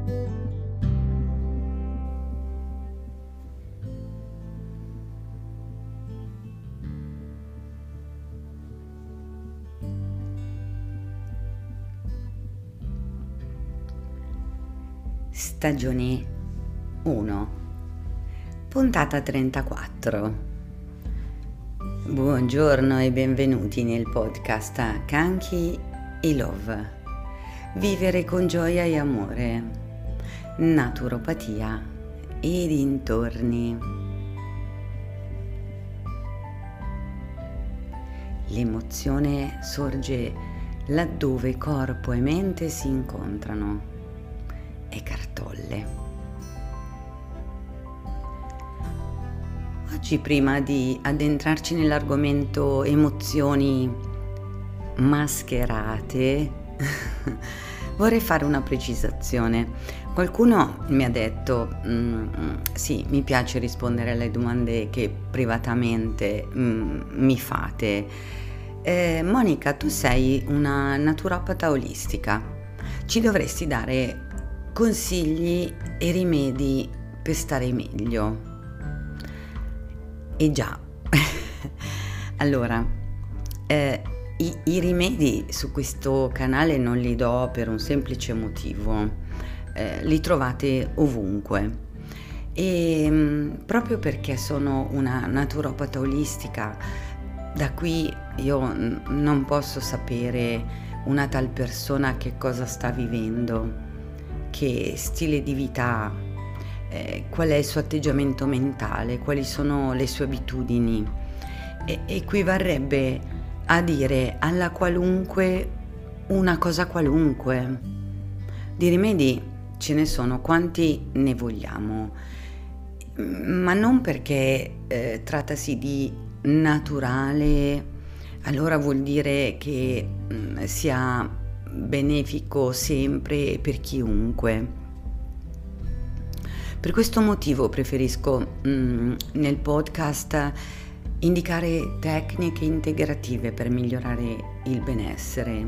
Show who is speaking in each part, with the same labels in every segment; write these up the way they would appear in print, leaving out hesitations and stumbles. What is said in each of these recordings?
Speaker 1: Stagione 1, puntata 34. Buongiorno e benvenuti nel podcast Kanki e Love. Vivere con gioia e amore, naturopatia e dintorni. L'emozione sorge laddove corpo e mente si incontrano. E cartolle. Oggi, prima di addentrarci nell'argomento emozioni mascherate, vorrei fare una precisazione. Qualcuno mi ha detto, sì, mi piace rispondere alle domande che privatamente mi fate. Monica, tu sei una naturopata olistica, ci dovresti dare consigli e rimedi per stare meglio. E già, allora, i rimedi su questo canale non li do per un semplice motivo, li trovate ovunque e proprio perché sono una naturopata olistica, da qui io non posso sapere una tal persona che cosa sta vivendo, che stile di vita, qual è il suo atteggiamento mentale, quali sono le sue abitudini. Equivarrebbe a dire alla qualunque una cosa qualunque. Di rimedi ce ne sono quanti ne vogliamo, ma non perché trattasi di naturale, allora vuol dire che sia benefico sempre per chiunque. Per questo motivo preferisco nel podcast indicare tecniche integrative per migliorare il benessere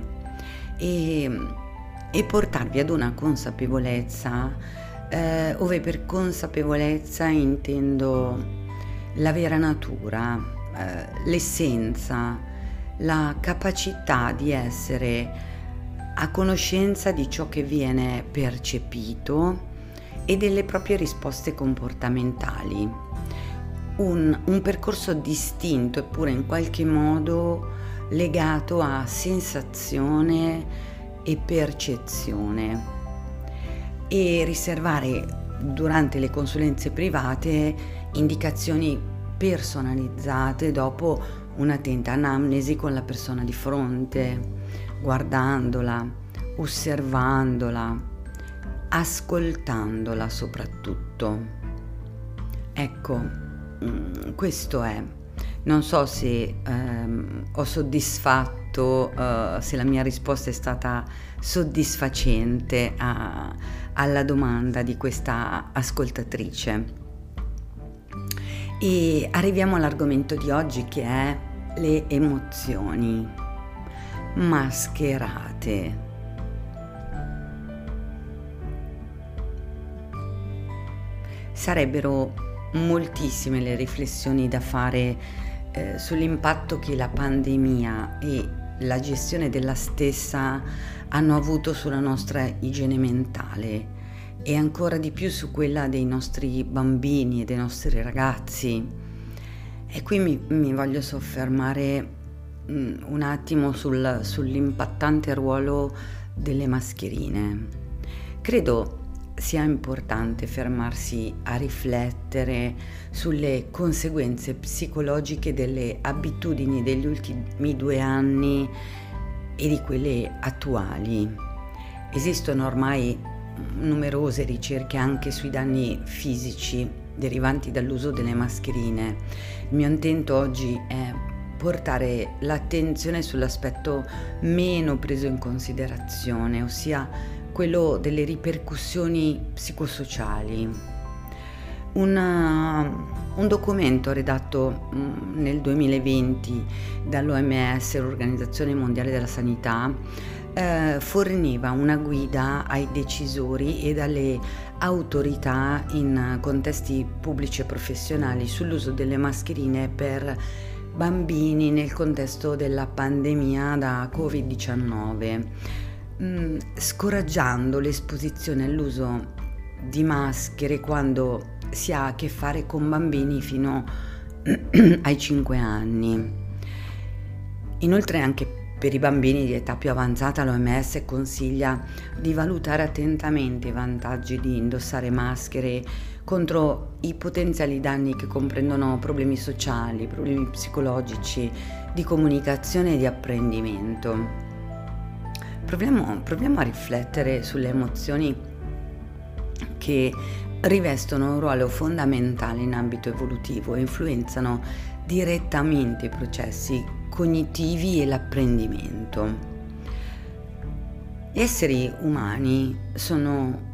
Speaker 1: e portarvi ad una consapevolezza, ove per consapevolezza intendo la vera natura, l'essenza, la capacità di essere a conoscenza di ciò che viene percepito e delle proprie risposte comportamentali. Un percorso distinto eppure in qualche modo legato a sensazione e percezione, e riservare durante le consulenze private indicazioni personalizzate dopo un'attenta anamnesi con la persona di fronte, guardandola, osservandola, ascoltandola soprattutto. Ecco, questo è. Non so se ho soddisfatto, se la mia risposta è stata soddisfacente alla domanda di questa ascoltatrice. E arriviamo all'argomento di oggi, che è le emozioni mascherate. Sarebbero moltissime le riflessioni da fare sull'impatto che la pandemia e la gestione della stessa hanno avuto sulla nostra igiene mentale e ancora di più su quella dei nostri bambini e dei nostri ragazzi. E qui mi voglio soffermare un attimo sull'impattante ruolo delle mascherine. Credo sia importante fermarsi a riflettere sulle conseguenze psicologiche delle abitudini degli ultimi 2 anni e di quelle attuali. Esistono ormai numerose ricerche anche sui danni fisici derivanti dall'uso delle mascherine. Il mio intento oggi è portare l'attenzione sull'aspetto meno preso in considerazione, ossia quello delle ripercussioni psicosociali. Un documento redatto nel 2020 dall'OMS, l'Organizzazione Mondiale della Sanità, forniva una guida ai decisori e alle autorità in contesti pubblici e professionali sull'uso delle mascherine per bambini nel contesto della pandemia da Covid-19, scoraggiando l'esposizione all'uso di maschere quando si ha a che fare con bambini fino ai 5 anni. Inoltre anche per i bambini di età più avanzata l'OMS consiglia di valutare attentamente i vantaggi di indossare maschere contro i potenziali danni che comprendono problemi sociali, problemi psicologici, di comunicazione e di apprendimento. Proviamo a riflettere sulle emozioni che rivestono un ruolo fondamentale in ambito evolutivo e influenzano direttamente i processi cognitivi e l'apprendimento. Gli esseri umani sono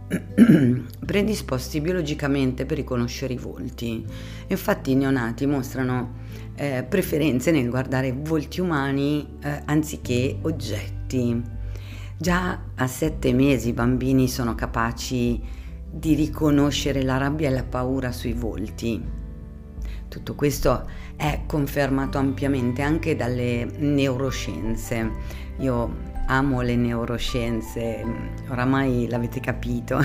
Speaker 1: predisposti biologicamente per riconoscere i volti. Infatti i neonati mostrano preferenze nel guardare volti umani anziché oggetti. Già a 7 mesi i bambini sono capaci di riconoscere la rabbia e la paura sui volti. Tutto questo è confermato ampiamente anche dalle neuroscienze. Io amo le neuroscienze, oramai l'avete capito,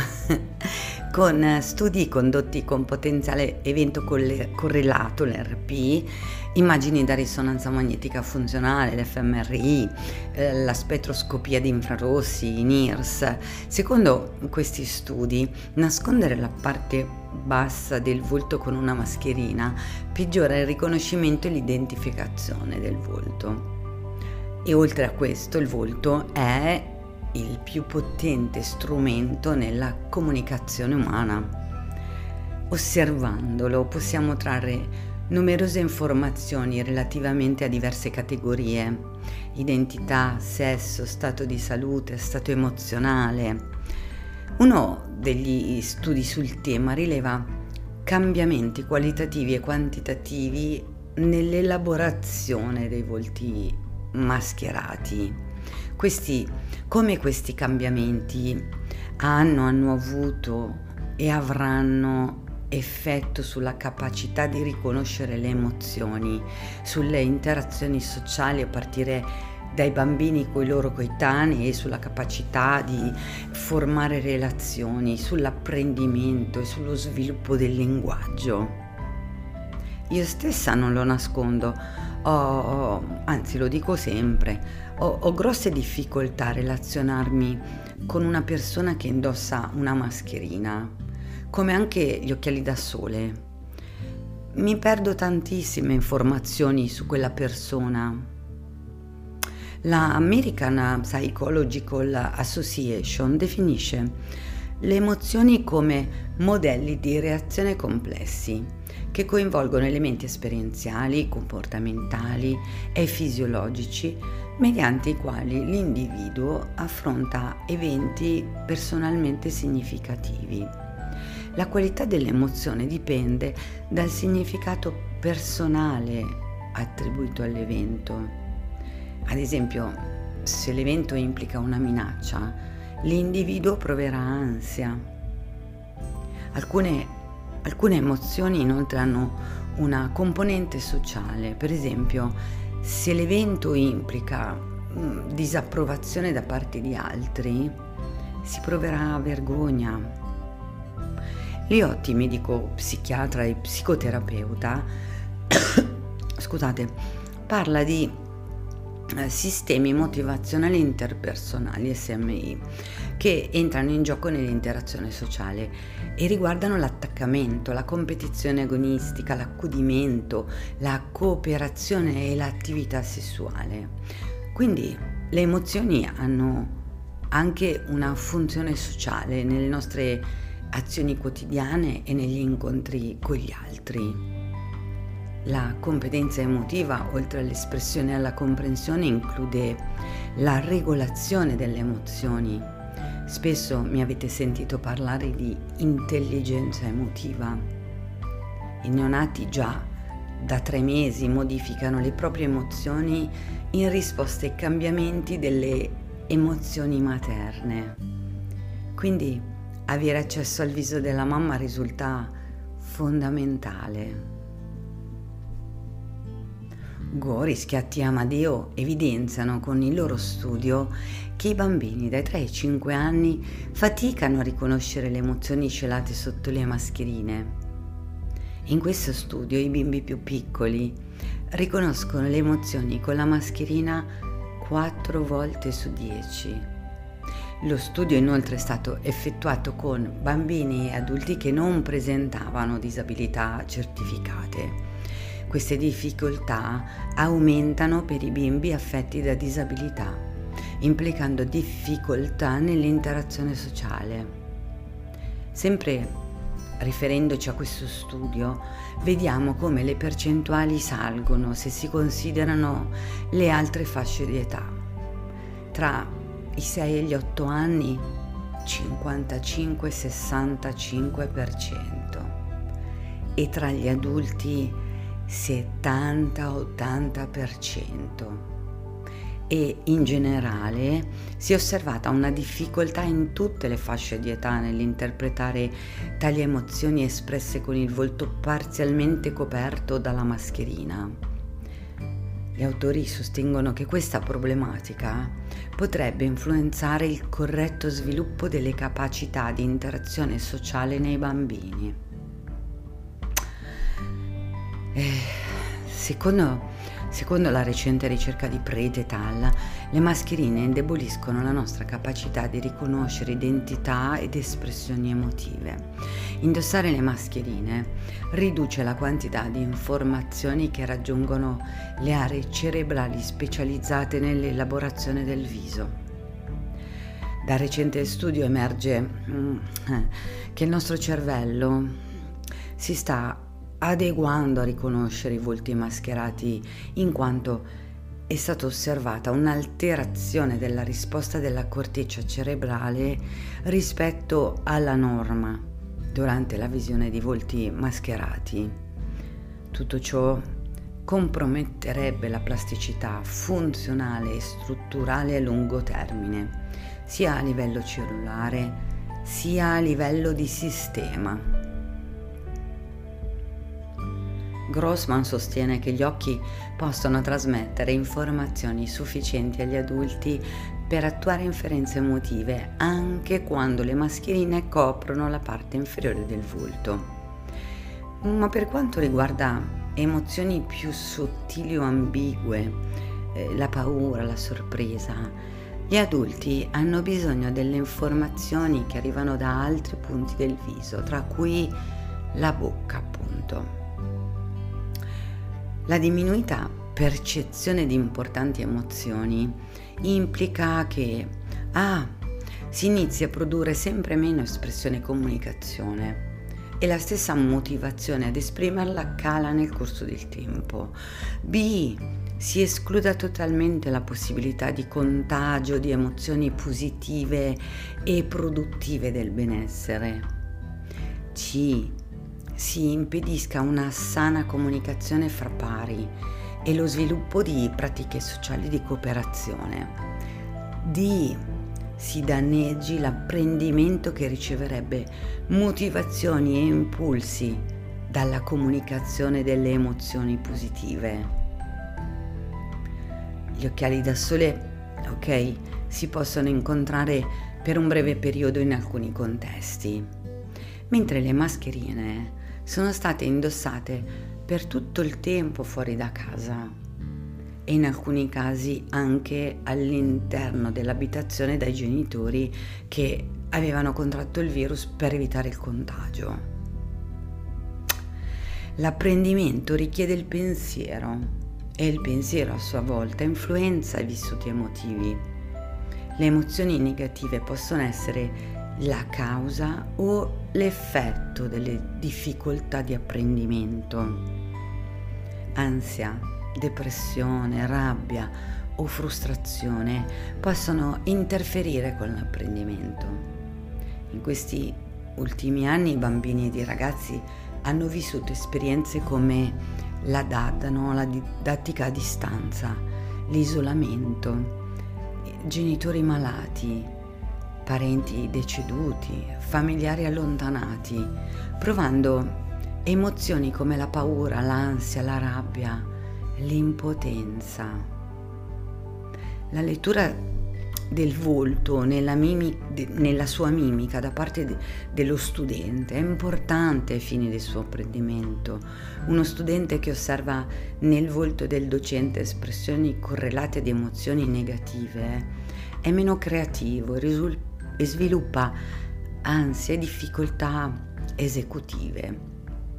Speaker 1: con studi condotti con potenziale evento correlato, l'ERP, immagini da risonanza magnetica funzionale, l'FMRI, la spettroscopia di infrarossi, i NIRS. Secondo questi studi, nascondere la parte bassa del volto con una mascherina peggiora il riconoscimento e l'identificazione del volto. E oltre a questo, il volto è il più potente strumento nella comunicazione umana. Osservandolo possiamo trarre numerose informazioni relativamente a diverse categorie: identità, sesso, stato di salute, stato emozionale. Uno degli studi sul tema rileva cambiamenti qualitativi e quantitativi nell'elaborazione dei volti mascherati. Come questi cambiamenti hanno avuto e avranno effetto sulla capacità di riconoscere le emozioni, sulle interazioni sociali a partire dai bambini coi loro coetanei e sulla capacità di formare relazioni, sull'apprendimento e sullo sviluppo del linguaggio. Io stessa non lo nascondo, anzi lo dico sempre, ho grosse difficoltà a relazionarmi con una persona che indossa una mascherina, come anche gli occhiali da sole. Mi perdo tantissime informazioni su quella persona. La American Psychological Association definisce le emozioni come modelli di reazione complessi che coinvolgono elementi esperienziali, comportamentali e fisiologici mediante i quali l'individuo affronta eventi personalmente significativi. La qualità dell'emozione dipende dal significato personale attribuito all'evento. Ad esempio, se l'evento implica una minaccia, l'individuo proverà ansia. Alcune emozioni inoltre hanno una componente sociale. Per esempio, se l'evento implica disapprovazione da parte di altri, si proverà vergogna. Liotti, medico psichiatra e psicoterapeuta, parla di sistemi motivazionali interpersonali, SMI, che entrano in gioco nell'interazione sociale e riguardano l'attaccamento, la competizione agonistica, l'accudimento, la cooperazione e l'attività sessuale. Quindi le emozioni hanno anche una funzione sociale nelle nostre azioni quotidiane e negli incontri con gli altri. La competenza emotiva, oltre all'espressione e alla comprensione, include la regolazione delle emozioni. Spesso mi avete sentito parlare di intelligenza emotiva. I neonati già da 3 mesi modificano le proprie emozioni in risposta ai cambiamenti delle emozioni materne. Quindi avere accesso al viso della mamma risulta fondamentale. Goris, Chiatti e Amadeo evidenziano con il loro studio che i bambini dai 3 ai 5 anni faticano a riconoscere le emozioni celate sotto le mascherine. In questo studio i bimbi più piccoli riconoscono le emozioni con la mascherina 4 volte su 10. Lo studio inoltre è stato effettuato con bambini e adulti che non presentavano disabilità certificate. Queste difficoltà aumentano per i bimbi affetti da disabilità, implicando difficoltà nell'interazione sociale. Sempre riferendoci a questo studio, vediamo come le percentuali salgono se si considerano le altre fasce di età. Tra i 6 e gli 8 anni 55-65% e tra gli adulti 70-80%. E in generale si è osservata una difficoltà in tutte le fasce di età nell'interpretare tali emozioni espresse con il volto parzialmente coperto dalla mascherina. Gli autori sostengono che questa problematica potrebbe influenzare il corretto sviluppo delle capacità di interazione sociale nei bambini. Secondo la recente ricerca di Prete et al., le mascherine indeboliscono la nostra capacità di riconoscere identità ed espressioni emotive. Indossare le mascherine riduce la quantità di informazioni che raggiungono le aree cerebrali specializzate nell'elaborazione del viso. Dal recente studio emerge che il nostro cervello si sta adeguando a riconoscere i volti mascherati, in quanto è stata osservata un'alterazione della risposta della corteccia cerebrale rispetto alla norma durante la visione di volti mascherati. Tutto ciò comprometterebbe la plasticità funzionale e strutturale a lungo termine, sia a livello cellulare sia a livello di sistema. Grossman sostiene che gli occhi possono trasmettere informazioni sufficienti agli adulti per attuare inferenze emotive anche quando le mascherine coprono la parte inferiore del volto. Ma per quanto riguarda emozioni più sottili o ambigue, la paura, la sorpresa, gli adulti hanno bisogno delle informazioni che arrivano da altri punti del viso, tra cui la bocca, appunto. La diminuita percezione di importanti emozioni implica che si inizia a produrre sempre meno espressione e comunicazione e la stessa motivazione ad esprimerla cala nel corso del tempo. Si esclude totalmente la possibilità di contagio di emozioni positive e produttive del benessere. Si impedisca una sana comunicazione fra pari e lo sviluppo di pratiche sociali di cooperazione. Si danneggi l'apprendimento che riceverebbe motivazioni e impulsi dalla comunicazione delle emozioni positive. Gli occhiali da sole, si possono incontrare per un breve periodo in alcuni contesti, mentre le mascherine sono state indossate per tutto il tempo fuori da casa e in alcuni casi anche all'interno dell'abitazione dai genitori che avevano contratto il virus per evitare il contagio. L'apprendimento richiede il pensiero e il pensiero a sua volta influenza i vissuti emotivi. Le emozioni negative possono essere la causa o l'effetto delle difficoltà di apprendimento. Ansia, depressione, rabbia o frustrazione possono interferire con l'apprendimento. In questi ultimi anni i bambini ed i ragazzi hanno vissuto esperienze come la DAD, la didattica a distanza, l'isolamento, genitori malati, parenti deceduti, familiari allontanati, provando emozioni come la paura, l'ansia, la rabbia, l'impotenza. La lettura del volto nella sua mimica da parte dello studente è importante ai fini del suo apprendimento. Uno studente che osserva nel volto del docente espressioni correlate ad emozioni negative è meno creativo e sviluppa ansie e difficoltà esecutive.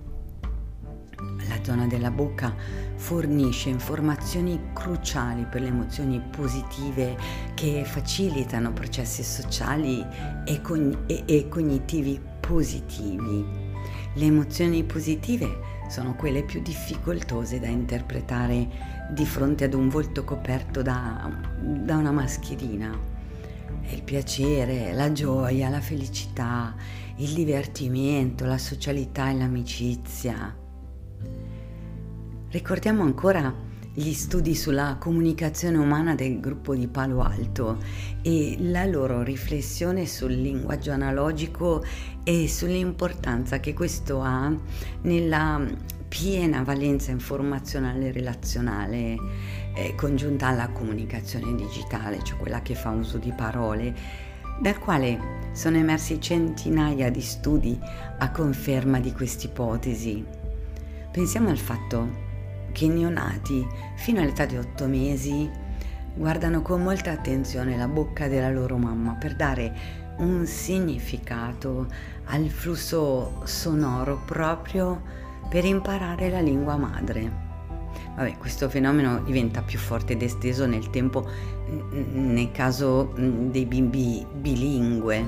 Speaker 1: La zona della bocca fornisce informazioni cruciali per le emozioni positive che facilitano processi sociali e cognitivi positivi. Le emozioni positive sono quelle più difficoltose da interpretare di fronte ad un volto coperto da una mascherina. Il piacere, la gioia, la felicità, il divertimento, la socialità e l'amicizia. Ricordiamo ancora gli studi sulla comunicazione umana del gruppo di Palo Alto e la loro riflessione sul linguaggio analogico e sull'importanza che questo ha nella piena valenza informazionale e relazionale congiunta alla comunicazione digitale, cioè quella che fa uso di parole, dal quale sono emersi centinaia di studi a conferma di quest'ipotesi. Pensiamo al fatto che i neonati fino all'età di 8 mesi guardano con molta attenzione la bocca della loro mamma per dare un significato al flusso sonoro proprio per imparare la lingua madre. Questo fenomeno diventa più forte ed esteso nel tempo nel caso dei bimbi bilingue.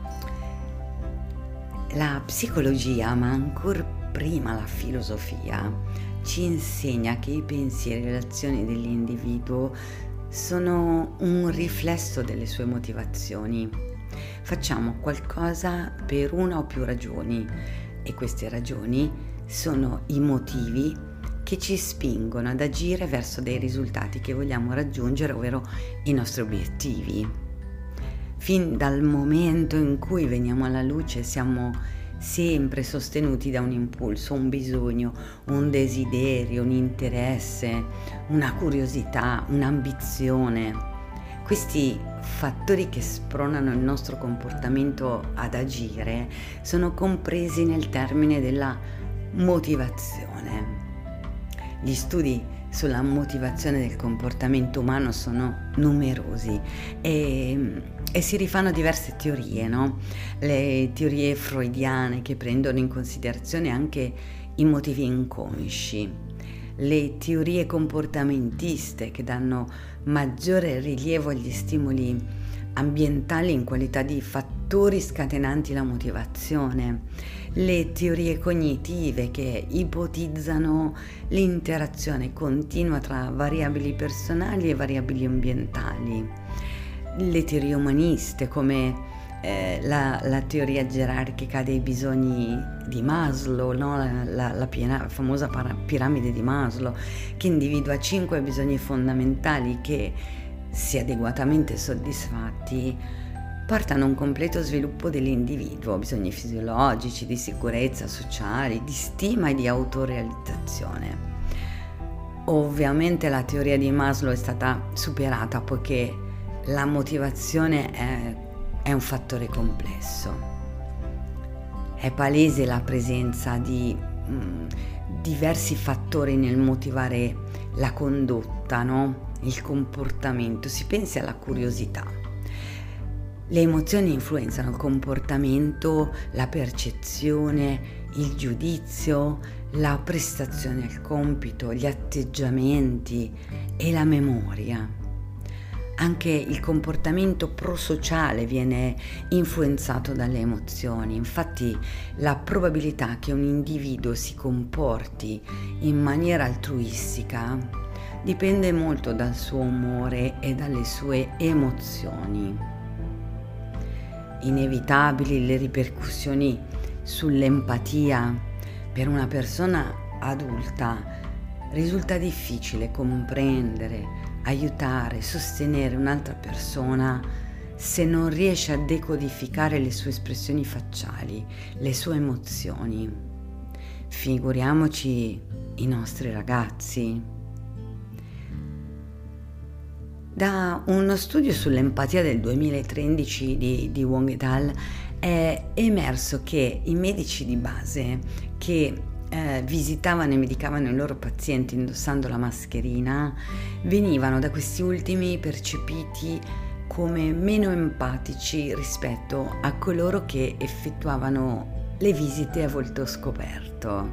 Speaker 1: La psicologia, ma ancor prima la filosofia, ci insegna che i pensieri e le azioni dell'individuo sono un riflesso delle sue motivazioni. Facciamo qualcosa per una o più ragioni e queste ragioni sono i motivi che ci spingono ad agire verso dei risultati che vogliamo raggiungere, ovvero i nostri obiettivi. Fin dal momento in cui veniamo alla luce siamo sempre sostenuti da un impulso, un bisogno, un desiderio, un interesse, una curiosità, un'ambizione. Questi fattori che spronano il nostro comportamento ad agire sono compresi nel termine della motivazione. Gli studi sulla motivazione del comportamento umano sono numerosi e si rifanno diverse teorie, no? Le teorie freudiane che prendono in considerazione anche i motivi inconsci, le teorie comportamentiste che danno maggiore rilievo agli stimoli ambientali in qualità di fattori scatenanti la motivazione, le teorie cognitive che ipotizzano l'interazione continua tra variabili personali e variabili ambientali, le teorie umaniste come la teoria gerarchica dei bisogni di Maslow, no? la famosa piramide di Maslow, che individua 5 bisogni fondamentali che, se adeguatamente soddisfatti, portano a un completo sviluppo dell'individuo, bisogni fisiologici, di sicurezza, sociali, di stima e di autorealizzazione. Ovviamente la teoria di Maslow è stata superata poiché la motivazione è un fattore complesso. È palese la presenza di diversi fattori nel motivare la condotta, no? Il comportamento. Si pensi alla curiosità. Le emozioni influenzano il comportamento, la percezione, il giudizio, la prestazione al compito, gli atteggiamenti e la memoria. Anche il comportamento prosociale viene influenzato dalle emozioni. Infatti, la probabilità che un individuo si comporti in maniera altruistica dipende molto dal suo umore e dalle sue emozioni. Inevitabili le ripercussioni sull'empatia. Per una persona adulta risulta difficile comprendere, aiutare, sostenere un'altra persona se non riesce a decodificare le sue espressioni facciali, le sue emozioni? Figuriamoci i nostri ragazzi. Da uno studio sull'empatia del 2013 di Wong et al. È emerso che i medici di base che visitavano e medicavano i loro pazienti indossando la mascherina venivano da questi ultimi percepiti come meno empatici rispetto a coloro che effettuavano le visite a volto scoperto.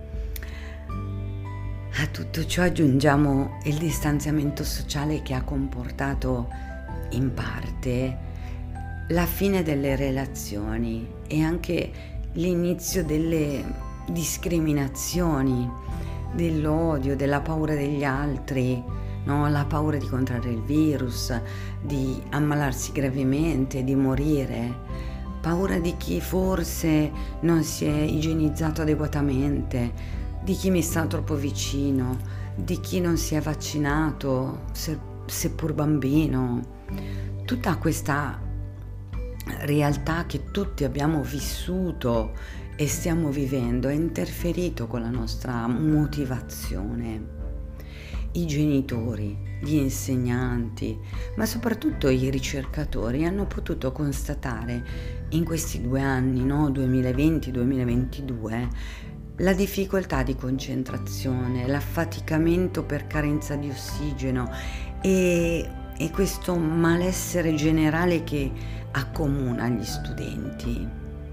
Speaker 1: A tutto ciò aggiungiamo il distanziamento sociale che ha comportato in parte la fine delle relazioni e anche l'inizio delle discriminazioni, dell'odio, della paura degli altri, no? La paura di contrarre il virus, di ammalarsi gravemente, di morire, paura di chi forse non si è igienizzato adeguatamente, di chi mi sta troppo vicino, di chi non si è vaccinato, seppur bambino. Tutta questa realtà che tutti abbiamo vissuto e stiamo vivendo ha interferito con la nostra motivazione. I genitori, gli insegnanti, ma soprattutto i ricercatori hanno potuto constatare in questi 2 anni, 2020-2022, la difficoltà di concentrazione, l'affaticamento per carenza di ossigeno e questo malessere generale che accomuna gli studenti.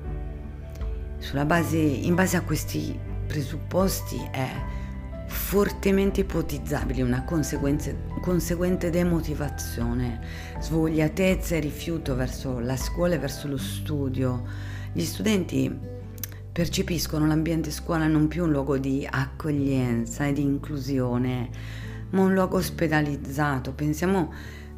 Speaker 1: In base a questi presupposti è fortemente ipotizzabile una conseguente demotivazione, svogliatezza e rifiuto verso la scuola e verso lo studio. Gli studenti percepiscono l'ambiente scuola non più un luogo di accoglienza e di inclusione, ma un luogo ospedalizzato. Pensiamo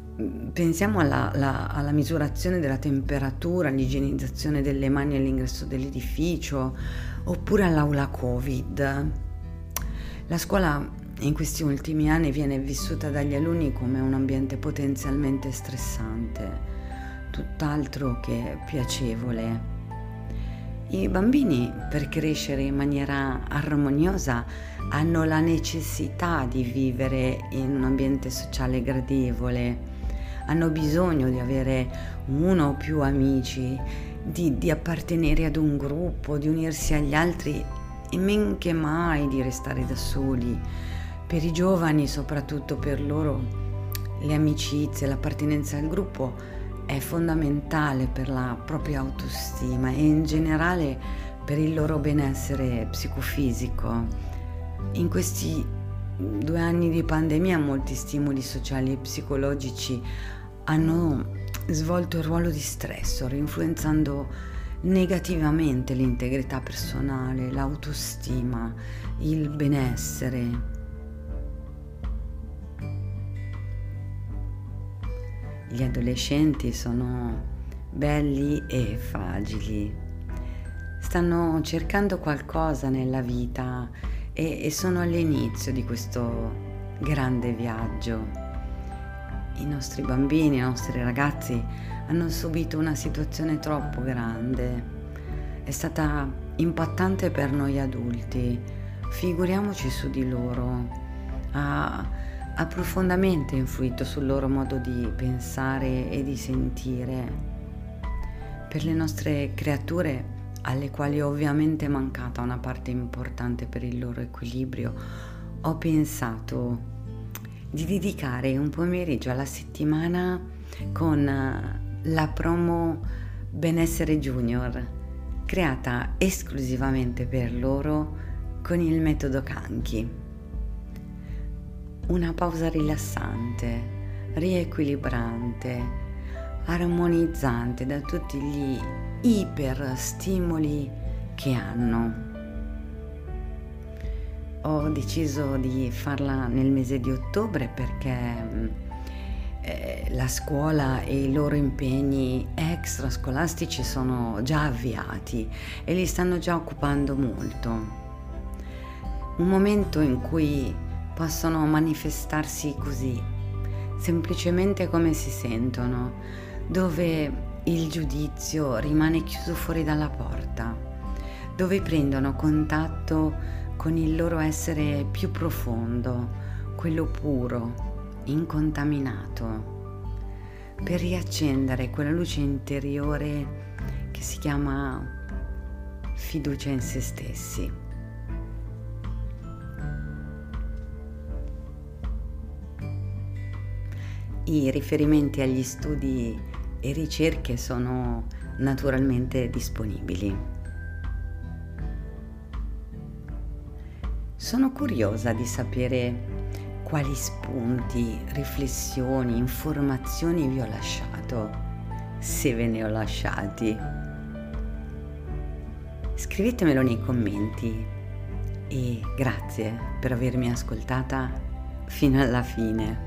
Speaker 1: alla misurazione della temperatura, all'igienizzazione delle mani all'ingresso dell'edificio, oppure all'aula Covid. La scuola in questi ultimi anni viene vissuta dagli alunni come un ambiente potenzialmente stressante, tutt'altro che piacevole. I bambini, per crescere in maniera armoniosa, hanno la necessità di vivere in un ambiente sociale gradevole, hanno bisogno di avere uno o più amici, di appartenere ad un gruppo, di unirsi agli altri e men che mai di restare da soli. Per i giovani, soprattutto per loro, le amicizie, l'appartenenza al gruppo è fondamentale per la propria autostima e in generale per il loro benessere psicofisico. In questi 2 anni di pandemia molti stimoli sociali e psicologici hanno svolto il ruolo di stressor, influenzando negativamente l'integrità personale, l'autostima, il benessere. Gli adolescenti sono belli e fragili, stanno cercando qualcosa nella vita e sono all'inizio di questo grande viaggio. I nostri bambini, i nostri ragazzi hanno subito una situazione troppo grande, è stata impattante per noi adulti, figuriamoci su di loro. Ha profondamente influito sul loro modo di pensare e di sentire. Per le nostre creature, alle quali ovviamente è mancata una parte importante per il loro equilibrio, ho pensato di dedicare un pomeriggio alla settimana con la promo Benessere Junior, creata esclusivamente per loro con il metodo Kanki. Una pausa rilassante, riequilibrante, armonizzante da tutti gli iperstimoli che hanno. Ho deciso di farla nel mese di ottobre perché la scuola e i loro impegni extrascolastici sono già avviati e li stanno già occupando molto. Un momento in cui possono manifestarsi così semplicemente come si sentono, dove il giudizio rimane chiuso fuori dalla porta, dove prendono contatto con il loro essere più profondo, quello puro, incontaminato, per riaccendere quella luce interiore che si chiama fiducia in se stessi. I riferimenti agli studi e ricerche sono naturalmente disponibili. Sono curiosa di sapere quali spunti, riflessioni, informazioni vi ho lasciato, se ve ne ho lasciati. Scrivetemelo nei commenti e grazie per avermi ascoltata fino alla fine.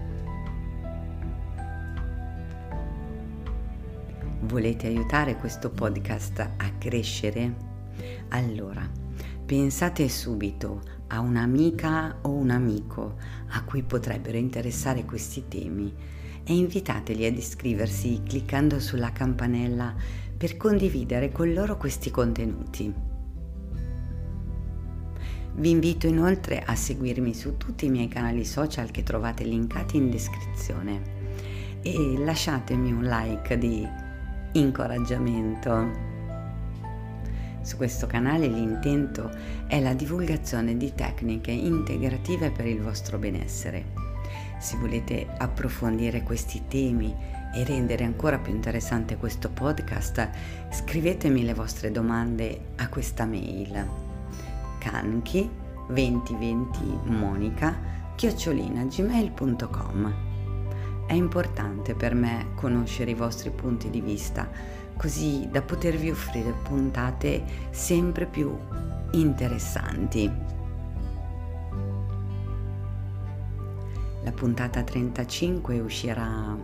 Speaker 1: Volete aiutare questo podcast a crescere? Allora, pensate subito a un'amica o un amico a cui potrebbero interessare questi temi e invitateli ad iscriversi cliccando sulla campanella per condividere con loro questi contenuti. Vi invito inoltre a seguirmi su tutti i miei canali social che trovate linkati in descrizione e lasciatemi un like di incoraggiamento. Su questo canale l'intento è la divulgazione di tecniche integrative per il vostro benessere. Se volete approfondire questi temi e rendere ancora più interessante questo podcast, scrivetemi le vostre domande a questa mail kanki2020monica@gmail.com. È importante per me conoscere i vostri punti di vista, così da potervi offrire puntate sempre più interessanti. La puntata 35 uscirà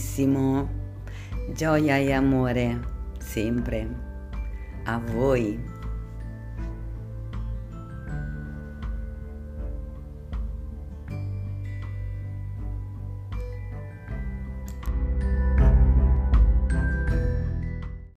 Speaker 1: prestissimo. Gioia e amore sempre a voi.